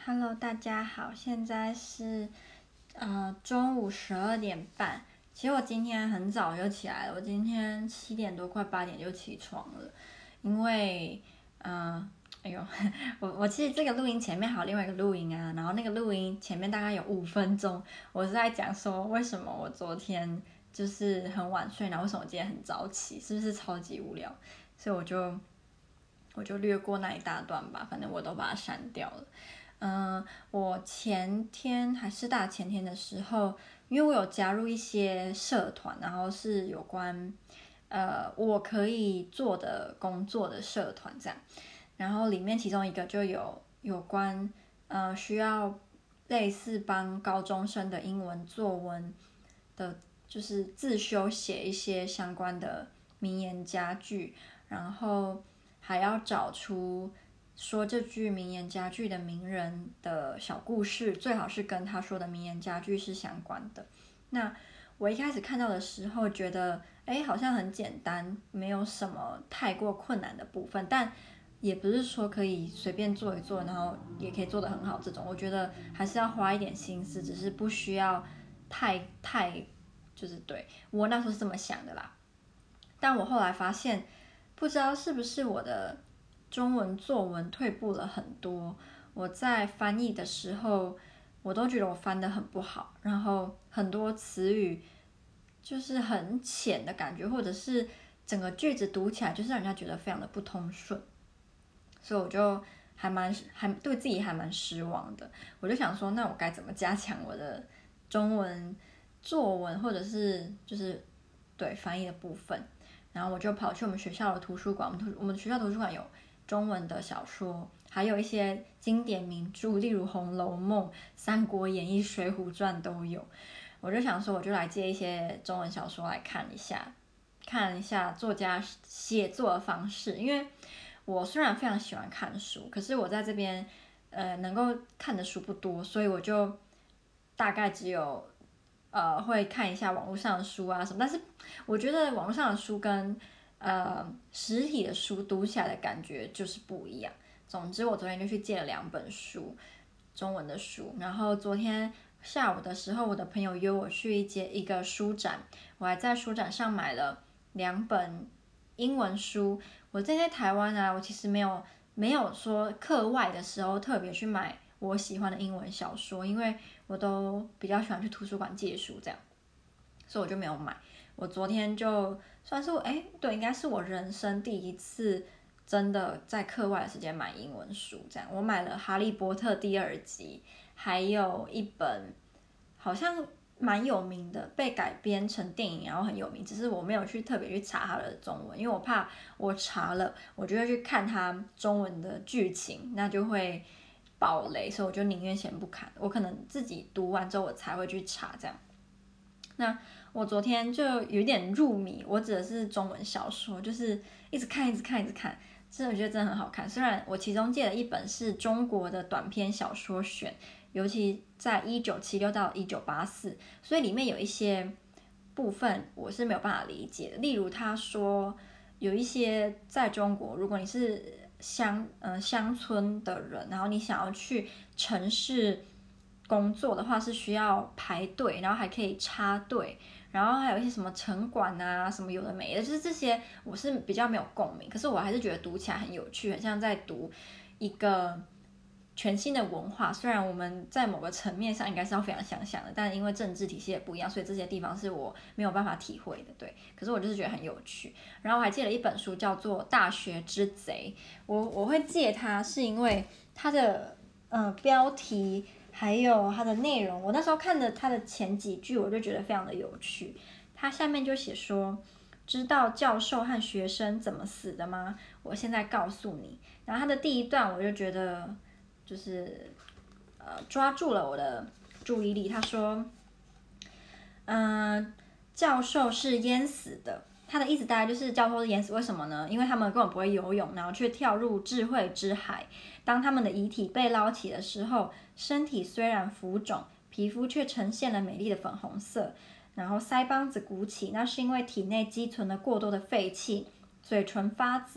Hello，大家好，现在是中午12点半。其实我今天很早就起来了，我今天7点多快8点就起床了，因为哎呦，我其实这个录音前面还有另外一个录音啊，然后那个录音前面大概有5分钟，我是在讲说为什么我昨天就是很晚睡，然后为什么我今天很早起，是不是超级无聊？所以我就略过那一大段吧，反正我都把它删掉了。我前天还是大前天的时候，因为我有加入一些社团，然后是有关我可以做的工作的社团这样，然后里面其中一个就有关需要类似帮高中生的英文作文的，就是自修写一些相关的名言佳句，然后还要找出说这句名言佳句的名人的小故事，最好是跟他说的名言佳句是相关的。那我一开始看到的时候觉得，好像很简单，没有什么太过困难的部分，但也不是说可以随便做一做，然后也可以做得很好这种。我觉得还是要花一点心思，只是不需要太，就是对我那时候是这么想的啦。但我后来发现，不知道是不是我的中文作文退步了很多。我在翻译的时候，我都觉得我翻得很不好，然后很多词语就是很浅的感觉，或者是整个句子读起来就是让人家觉得非常的不通顺，所以我就还对自己还蛮失望的。我就想说，那我该怎么加强我的中文作文，或者是就是对翻译的部分？然后我就跑去我们学校的图书馆，我们学校图书馆有中文的小说，还有一些经典名著，例如《红楼梦》《三国演义》《水浒传》都有。我就想说，我就来借一些中文小说来看一下作家写作的方式，因为我虽然非常喜欢看书，可是我在这边能够看的书不多，所以我就大概只有会看一下网络上的书啊什么，但是我觉得网络上的书跟实体的书读起来的感觉就是不一样。总之，我昨天就去借了2本书，中文的书，然后昨天下午的时候，我的朋友约我去一个书展，我还在书展上买了2本英文书。我在台湾啊，我其实没有说课外的时候特别去买我喜欢的英文小说，因为我都比较喜欢去图书馆借书这样，所以我就没有买。我昨天就算是对，应该是我人生第一次真的在课外的时间买英文书，这样我买了《哈利波特》第2集，还有一本好像蛮有名的，被改编成电影，然后很有名，只是我没有特别去查它的中文，因为我怕我查了，我就会去看它中文的剧情，那就会爆雷，所以我就宁愿先不看，我可能自己读完之后我才会去查这样。那我昨天就有点入迷，我指的是中文小说，就是一直看，一直看，一直看，真的我觉得真的很好看。虽然我其中借了一本是中国的短篇小说选，尤其在1976到1984，所以里面有一些部分我是没有办法理解的。例如他说有一些在中国，如果你是乡村的人，然后你想要去城市工作的话是需要排队，然后还可以插队，然后还有一些什么城管啊，什么有的没的，就是这些我是比较没有共鸣，可是我还是觉得读起来很有趣，很像在读一个全新的文化。虽然我们在某个层面上应该是要非常相像的，但因为政治体系也不一样，所以这些地方是我没有办法体会的。对，可是我就是觉得很有趣。然后我还借了一本书叫做《大学之贼》，我会借它是因为它的标题还有它的内容，我那时候看的它的前几句，我就觉得非常的有趣。它下面就写说：知道教授和学生怎么死的吗？我现在告诉你。然后它的第一段我就觉得就是抓住了我的注意力。他说，教授是淹死的。他的意思大概就是教授是淹死，为什么呢？因为他们根本不会游泳，然后却跳入智慧之海。当他们的遗体被捞起的时候，身体虽然浮肿，皮肤却呈现了美丽的粉红色，然后腮帮子鼓起，那是因为体内积存了过多的废气。嘴唇发紫，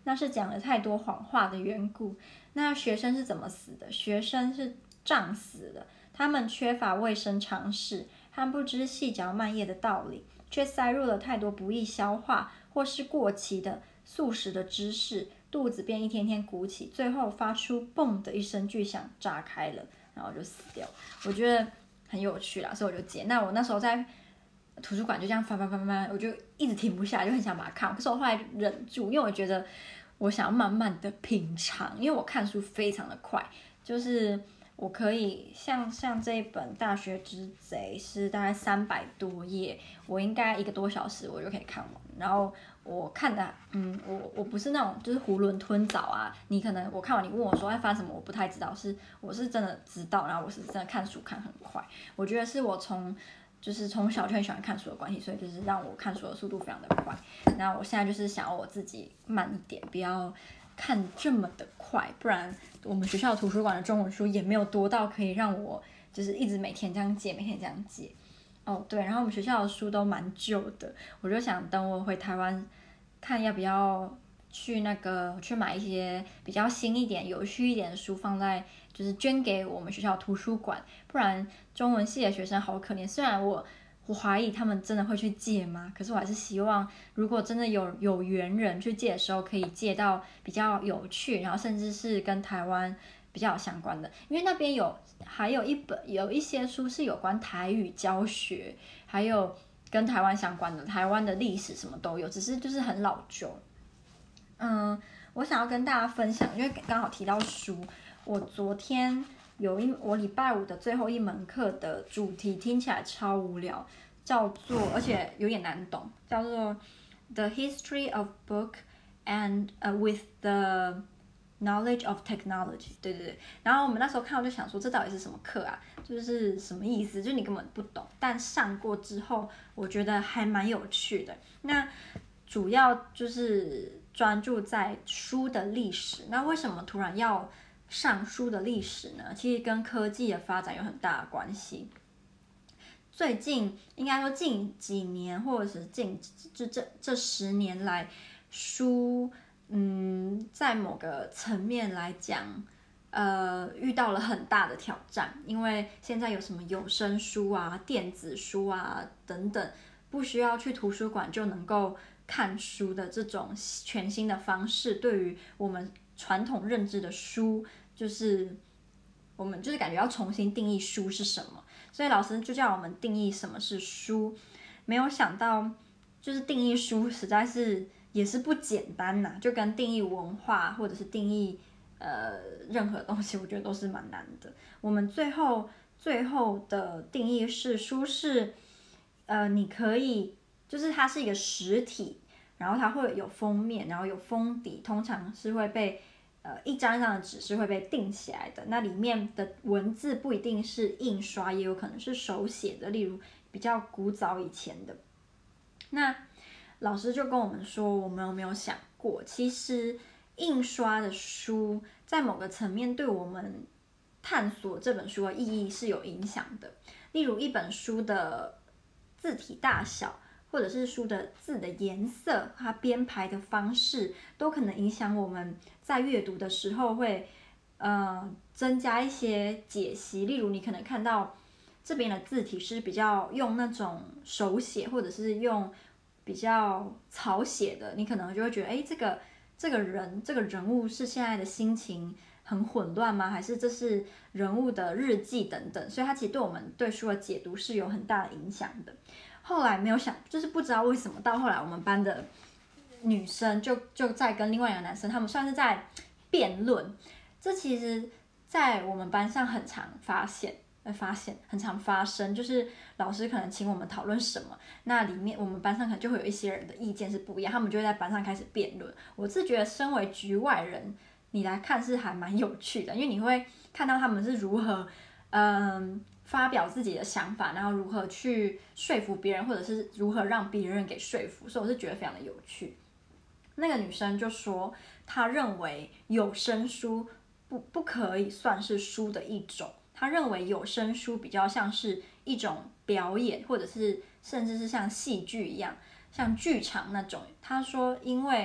那是讲了太多谎话的缘故。那学生是怎么死的？学生是胀死的，他们缺乏卫生常识，和不知细嚼慢咽的道理，却塞入了太多不易消化或是过期的速食的知识，肚子便一天天鼓起，最后发出嘣的一声巨响，炸开了，然后就死掉。我觉得很有趣啦，所以我就接。那我那时候在图书馆就这样翻，我就一直停不下来，就很想把它看。可是我后来忍住，因为我觉得我想要慢慢的品尝，因为我看书非常的快，就是我可以像这一本《大学之贼》是大概300多页，我应该1个多小时我就可以看完。然后我看的，我不是那种就是囫囵吞枣啊。你可能我看完你问我说翻什么，我不太知道，我是真的知道，然后我是真的看书看很快。我觉得是我从小就很喜欢看书的关系，所以就是让我看书的速度非常的快。那我现在就是想要我自己慢一点，不要看这么的快，不然我们学校图书馆的中文书也没有多到可以让我就是一直每天这样借。哦，对，然后我们学校的书都蛮旧的，我就想等我回台湾看要不要去买一些比较新一点、有趣一点的书，放在就是捐给我们学校图书馆，不然中文系的学生好可怜。虽然我怀疑他们真的会去借吗？可是我还是希望，如果真的有缘人去借的时候，可以借到比较有趣，然后甚至是跟台湾比较有相关的，因为那边还有一些书是有关台语教学，还有跟台湾相关的，台湾的历史什么都有，只是就是很老旧。我想要跟大家分享，因为刚好提到书，我昨天我礼拜五的最后一门课的主题听起来超无聊，而且有点难懂，叫做 The History of Book and with the Knowledge of Technology。对，然后我们那时候看到就想说，这到底是什么课啊？就是什么意思？就你根本不懂，但上过之后，我觉得还蛮有趣的。那主要就是专注在书的历史。那为什么突然要上书的历史呢？其实跟科技的发展有很大的关系。最近应该说近几年，或者是这10年来，书在某个层面来讲，遇到了很大的挑战，因为现在有什么有声书啊、电子书啊等等，不需要去图书馆就能够看书的这种全新的方式，对于我们传统认知的书，就是我们就是感觉要重新定义书是什么，所以老师就叫我们定义什么是书。没有想到，就是定义书实在是也是不简单呐，就跟定义文化或者是定义任何东西，我觉得都是蛮难的。我们最后的定义是书是你可以就是它是一个实体，然后它会有封面，然后有封底，通常是会被一张一张的纸是会被钉起来的。那里面的文字不一定是印刷，也有可能是手写的，例如比较古早以前的。那老师就跟我们说，我们有没有想过，其实印刷的书在某个层面对我们探索这本书的意义是有影响的。例如一本书的字体大小，或者是书的字的颜色，它编排的方式，都可能影响我们在阅读的时候会增加一些解析。例如你可能看到这边的字体是比较用那种手写，或者是用比较草写的，你可能就会觉得，这个人物是现在的心情很混乱吗？还是这是人物的日记等等？所以它其实对我们对书的解读是有很大的影响的。后来没有想，就是不知道为什么，到后来我们班的女生就在跟另外一个男生，他们算是在辩论。这其实，在我们班上很常很常发生，就是老师可能请我们讨论什么，那里面我们班上可能就会有一些人的意见是不一样，他们就会在班上开始辩论。我是觉得身为局外人，你来看是还蛮有趣的，因为你会看到他们是如何发表自己的想法，然后如何去说服别人，或者是如何让别人给说服，所以我是觉得非常的有趣。那个女生就说，她认为有声书不可以算是书的一种，她认为有声书比较像是一种表演，或者是甚至是像戏剧一样，像剧场那种。她说，因为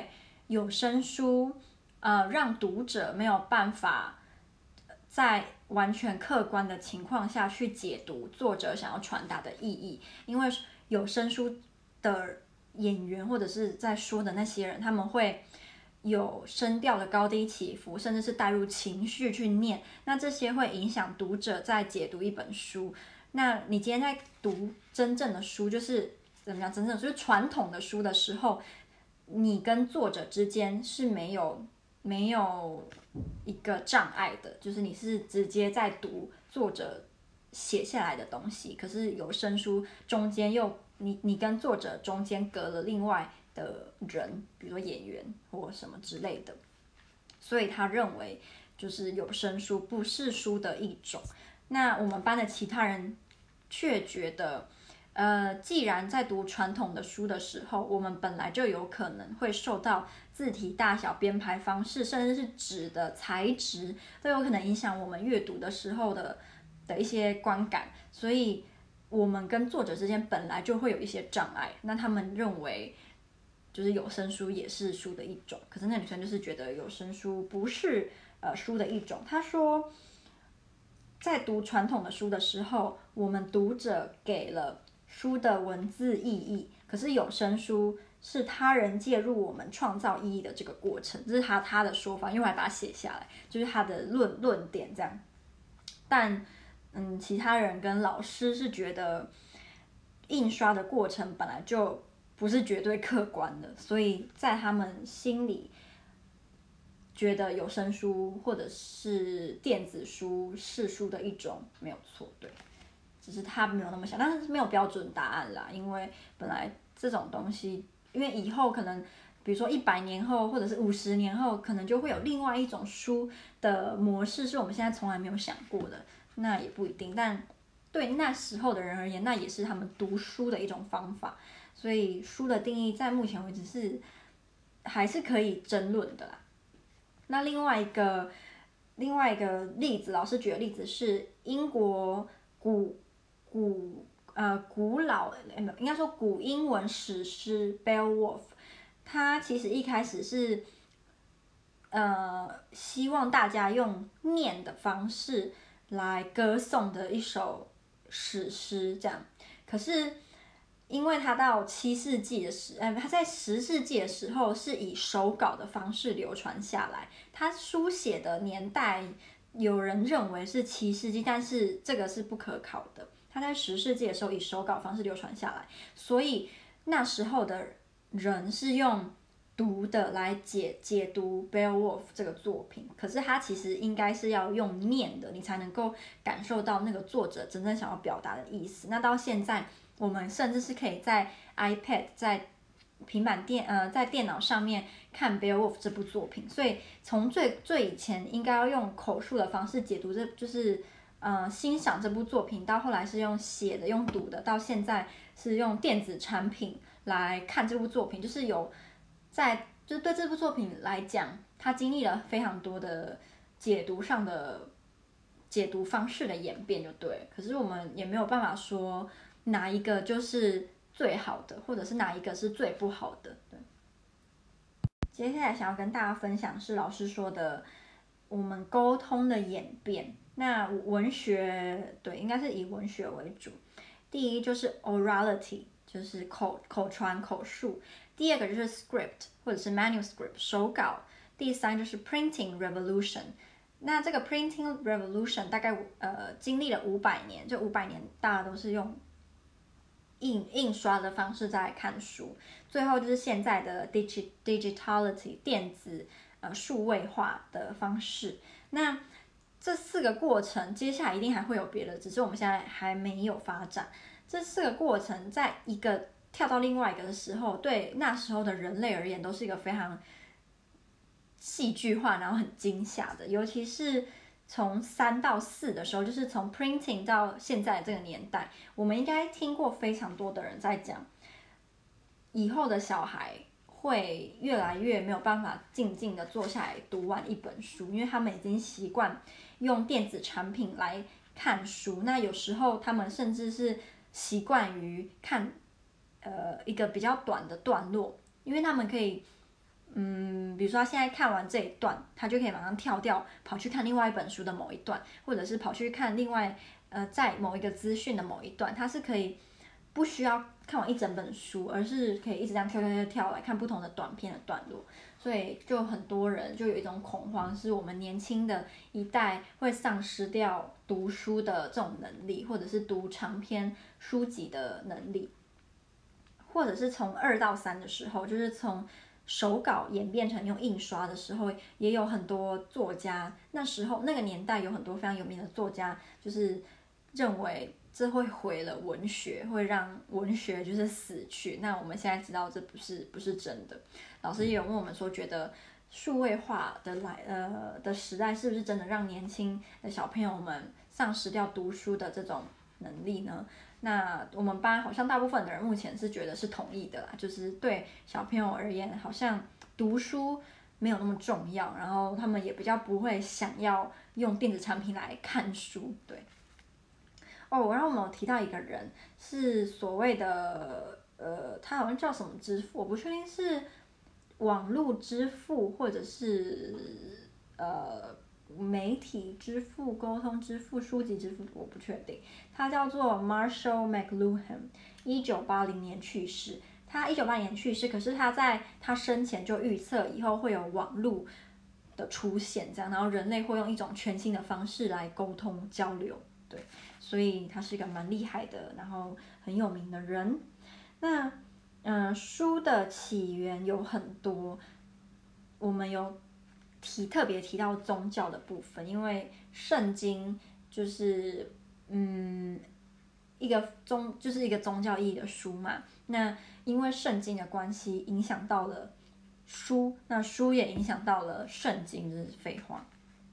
有声书让读者没有办法在完全客观的情况下去解读作者想要传达的意义，因为有声书的演员或者是在说的那些人，他们会有声调的高低起伏，甚至是带入情绪去念，那这些会影响读者在解读一本书。那你今天在读真正的书，就是怎么样？真正就是传统的书的时候，你跟作者之间是没有一个障碍的，就是你是直接在读作者写下来的东西。可是有声书中间又你跟作者中间隔了另外的人，比如说演员或什么之类的，所以他认为就是有声书不是书的一种。那我们班的其他人却觉得，既然在读传统的书的时候，我们本来就有可能会受到字体大小、编排方式，甚至是纸的材质，都有可能影响我们阅读的时候的一些观感，所以我们跟作者之间本来就会有一些障碍。那他们认为，就是有声书也是书的一种，可是那女生就是觉得有声书不是书的一种。她说，在读传统的书的时候，我们读者给了书的文字意义，可是有声书是他人介入我们创造意义的这个过程，这是他的说法，因为我还把它写下来，就是他的论点这样。但其他人跟老师是觉得印刷的过程本来就不是绝对客观的，所以在他们心里觉得有声书或者是电子书是书的一种，没有错，对，只是他没有那么想，但是没有标准答案啦，因为本来这种东西，因为以后可能比如说100年后或者是50年后，可能就会有另外一种书的模式是我们现在从来没有想过的，那也不一定，但对那时候的人而言，那也是他们读书的一种方法，所以书的定义在目前为止是还是可以争论的啦。那另外一个例子，老师举的例子是英国古老，应该说古英文史诗《Beowulf》，它其实一开始是希望大家用念的方式来歌颂的一首史诗，这样。可是因为它到它在10世纪的时候是以手稿的方式流传下来，它书写的年代有人认为是7世纪，但是这个是不可考的。它在10世纪的时候以手稿方式流传下来，所以那时候的人是用读的来解读 Beowulf 这个作品，可是它其实应该是要用念的，你才能够感受到那个作者真正想要表达的意思。那到现在，我们甚至是可以在 iPad、在在电脑上面看 Beowulf 这部作品，所以从最以前应该要用口述的方式解读，这就是欣赏这部作品，到后来是用写的、用读的，到现在是用电子产品来看这部作品，就是就是对这部作品来讲，它经历了非常多的解读上的解读方式的演变，就对。可是我们也没有办法说哪一个就是最好的，或者是哪一个是最不好的。对。接下来想要跟大家分享是老师说的我们沟通的演变。那文学，对，应该是以文学为主。第一就是 orality， 就是口传口述。第二个就是 script 或者是 manuscript 手稿。第三就是 printing revolution。那这个 printing revolution 大概经历了500年，就500年大家都是用印刷的方式在看书，最后就是现在的 digitality 电子数位化的方式。那这4个过程，接下来一定还会有别的，只是我们现在还没有发展。这4个过程，在一个跳到另外一个的时候，对那时候的人类而言，都是一个非常戏剧化，然后很惊吓的。尤其是从3到4的时候，就是从 printing 到现在这个年代，我们应该听过非常多的人在讲，以后的小孩会越来越没有办法静静的坐下来读完一本书，因为他们已经习惯用电子产品来看书。那有时候他们甚至是习惯于看一个比较短的段落，因为他们可以比如说他现在看完这一段，他就可以马上跳掉，跑去看另外一本书的某一段，或者是跑去看另外在某一个资讯的某一段，他是可以不需要看完一整本书，而是可以一直这样跳来看不同的短片的段落。所以就很多人就有一种恐慌，是我们年轻的一代会丧失掉读书的这种能力，或者是读长篇书籍的能力，或者是从2到3的时候，就是从手稿演变成用印刷的时候，也有很多作家，那时候那个年代有很多非常有名的作家，就是认为这会毁了文学，会让文学就是死去。那我们现在知道这不是真的。老师也有问我们说，觉得数位化的时代是不是真的让年轻的小朋友们丧失掉读书的这种能力呢？那我们班好像大部分的人目前是觉得是同意的啦，就是对小朋友而言，好像读书没有那么重要，然后他们也比较不会想要用电子产品来看书。对，然后我们有提到一个人是所谓的他好像叫什么支付，我不确定是网络支付或者是媒体支付、沟通支付、书籍支付，我不确定。他叫做 Marshall McLuhan， 1980年去世。他1980年去世，可是他在他生前就预测以后会有网络的出现，这样，然后人类会用一种全新的方式来沟通交流。对，所以他是一个蛮厉害的，然后很有名的人。那书的起源有很多，我们有特别提到宗教的部分，因为圣经就是就是一个宗教意义的书嘛。那因为圣经的关系，影响到了书，那书也影响到了圣经，这是废话。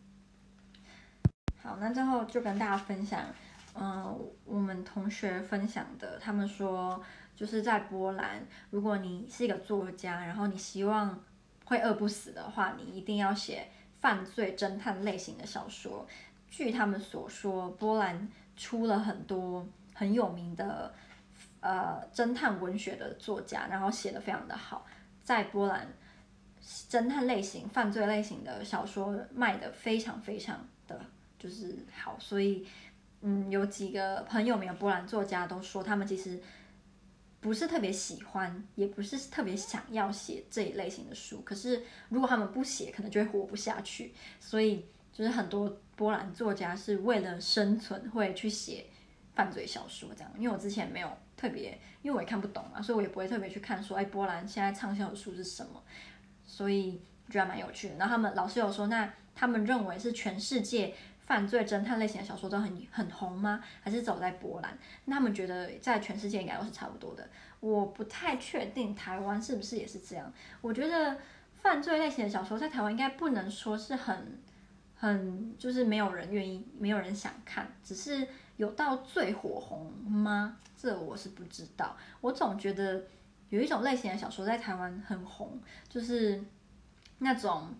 好，那最后就跟大家分享，我们同学分享的，他们说就是在波兰，如果你是一个作家，然后你希望会饿不死的话，你一定要写犯罪侦探类型的小说。据他们所说，波兰出了很多很有名的侦探文学的作家，然后写得非常的好，在波兰侦探类型、犯罪类型的小说卖得非常非常的就是好，所以有几个很有名的波兰作家都说，他们其实不是特别喜欢，也不是特别想要写这一类型的书，可是如果他们不写，可能就会活不下去，所以就是很多波兰作家是为了生存会去写犯罪小说这样。因为我之前没有特别，因为我也看不懂嘛，所以我也不会特别去看说，波兰现在畅销的书是什么，所以觉得蛮有趣的。然后他们老师有说，那他们认为是全世界犯罪侦探类型的小说都很红吗？还是走在波兰？那他们觉得在全世界应该都是差不多的。我不太确定台湾是不是也是这样。我觉得犯罪类型的小说在台湾应该不能说是很就是没有人愿意，没有人想看，只是有到最火红吗？这我是不知道。我总觉得有一种类型的小说在台湾很红，就是那种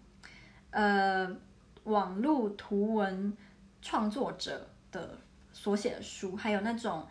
网络图文创作者的所写的书，还有那种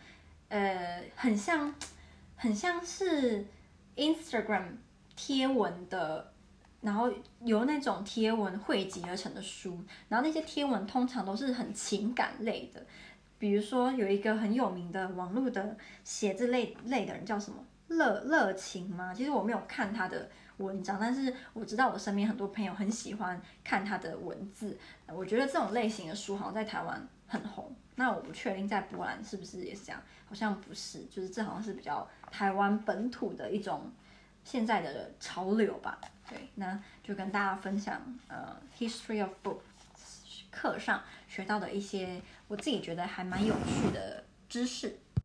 很像是 Instagram 贴文的，然后由那种贴文汇集而成的书，然后那些贴文通常都是很情感类的。比如说有一个很有名的网络的写字类的人叫什么乐情吗？其实我没有看他的文章，但是我知道我身边很多朋友很喜欢看他的文字。我觉得这种类型的书好像在台湾很红，那我不确定在波兰是不是也是这样，好像不是，就是这好像是比较台湾本土的一种现在的潮流吧。对，那就跟大家分享History of Book 课上学到的一些我自己觉得还蛮有趣的知识。